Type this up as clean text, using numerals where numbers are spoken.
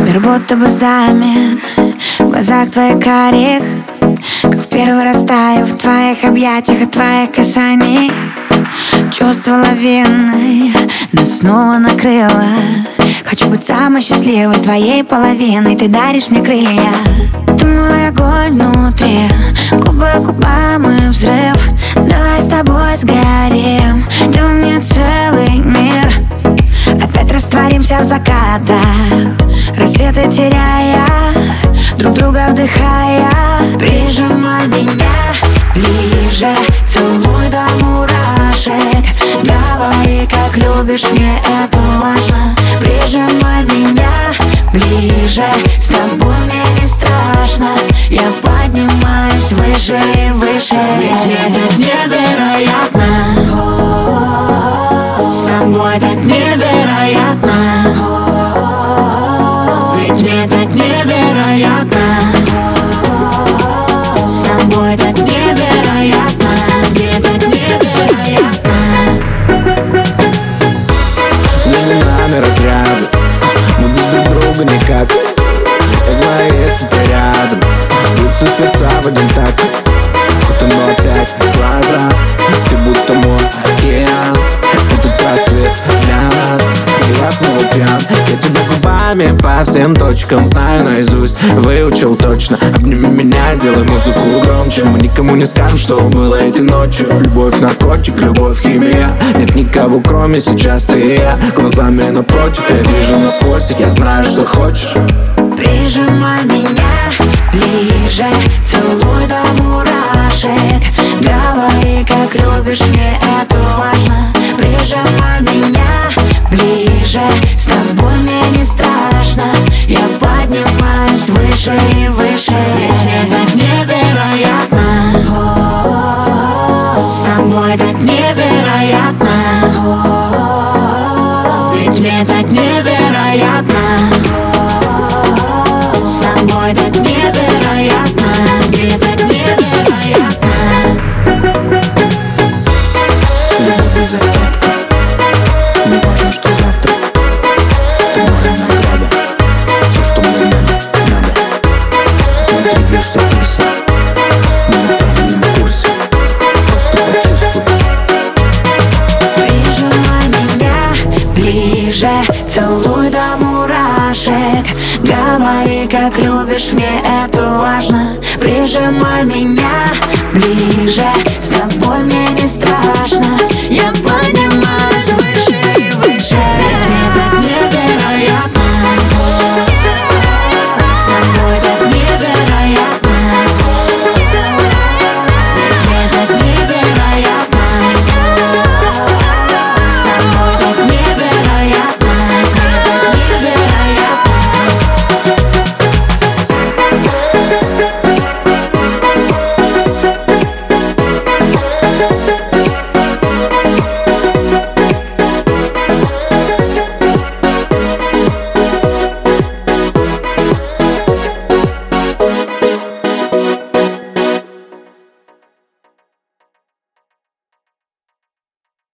Мир будто бы замер в глазах твоих карих, как в первый раз таю в твоих объятиях от твоих касаний. Чувство лавиной нас снова накрыло. Хочу быть самой счастливой твоей половиной. Ты даришь мне крылья. Ты мой огонь внутри, губы к губам и взрыв. Давай с тобой сгорим, ты у меня целый мир. Опять растворимся в закатах, рассветы теряя, друг друга вдыхая. Прижимай меня ближе, целуй до мурашек. Говори, как любишь, мне это важно. Прижимай меня ближе, с тобой мне не страшно. Я поднимаюсь выше и выше, ведь мне так невероятно. С тобой так невероятно. Ведь мне так невероятно. С тобой так невероятно. Мне так невероятно. Мне не надо разряда, мы без друг друга никак. Я знаю, если ты рядом, бьются сердца в один такт. Хоть оно опять глаза, ты будто мой океан. Этот рассвет для нас, и я снова пьян. Я тебя губами по всем точкам знаю наизусть, выучил точно. Обними меня, сделай музыку громче. Мы никому не скажем, что было этой ночью. Любовь, наркотик, любовь, химия. Нет никого, кроме сейчас ты и я. Глазами напротив, я вижу насквозь. Я знаю, что хочешь. Прижимай меня ближе, целуй до мурашек. Говори, как любишь, мне это важно. Прижимай меня ближе, с тобой мне не страшно. Я поднимаюсь выше и выше, ведь мне так невероятно. С тобой так невероятно. Ведь мне так невероятно. С тобой так невероятно. Мне так невероятно. Любовь без остатка, не важно, что завтра. Ты моя награда, все, что мне надо. Внутри бьешься пульса, мы на правильном курсе. Просто почувствуй. Прижимай меня ближе, целуй до мурашек. Говори, как любишь, мне это важно. Прижимай меня ближе, с тобой мне не страшно. Я поднимаюсь